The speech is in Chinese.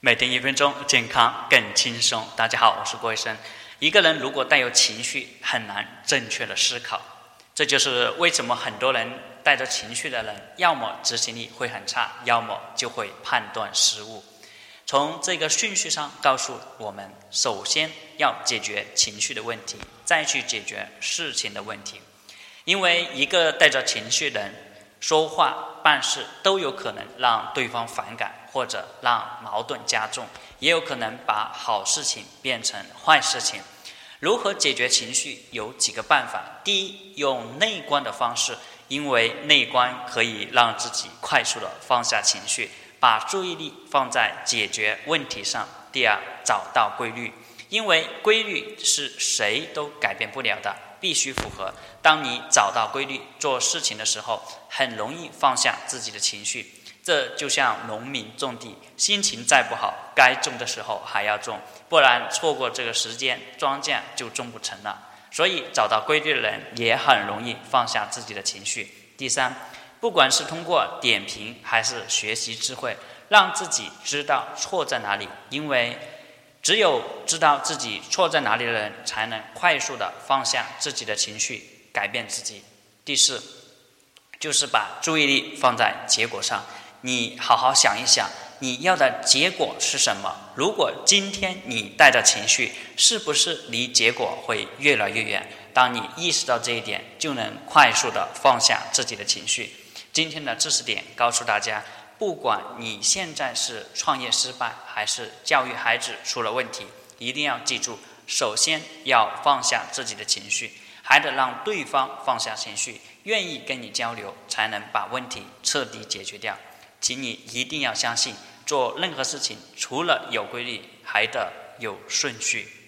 每天1分钟，健康更轻松。大家好，我是郭医生。一个人如果带有情绪，很难正确的思考，这就是为什么很多人带着情绪的人，要么执行力会很差，要么就会判断失误。从这个顺序上告诉我们，首先要解决情绪的问题，再去解决事情的问题。因为一个带着情绪的人说话办事都有可能让对方反感，或者让矛盾加重，也有可能把好事情变成坏事情。如何解决情绪有几个办法。第一，用内观的方式，因为内观可以让自己快速的放下情绪，把注意力放在解决问题上。第二，找到规律，因为规律是谁都改变不了的，必须符合。当你找到规律做事情的时候，很容易放下自己的情绪。这就像农民种地，心情再不好，该种的时候还要种，不然错过这个时间，庄稼就种不成了。所以找到规律的人也很容易放下自己的情绪。第三，不管是通过点评还是学习智慧，让自己知道错在哪里，因为只有知道自己错在哪里的人，才能快速的放下自己的情绪，改变自己。第四，就是把注意力放在结果上。你好好想一想，你要的结果是什么？如果今天你带着情绪，是不是离结果会越来越远？当你意识到这一点，就能快速的放下自己的情绪。今天的知识点告诉大家，不管你现在是创业失败，还是教育孩子出了问题，一定要记住，首先要放下自己的情绪，还得让对方放下情绪，愿意跟你交流，才能把问题彻底解决掉。请你一定要相信，做任何事情除了有规律，还得有顺序。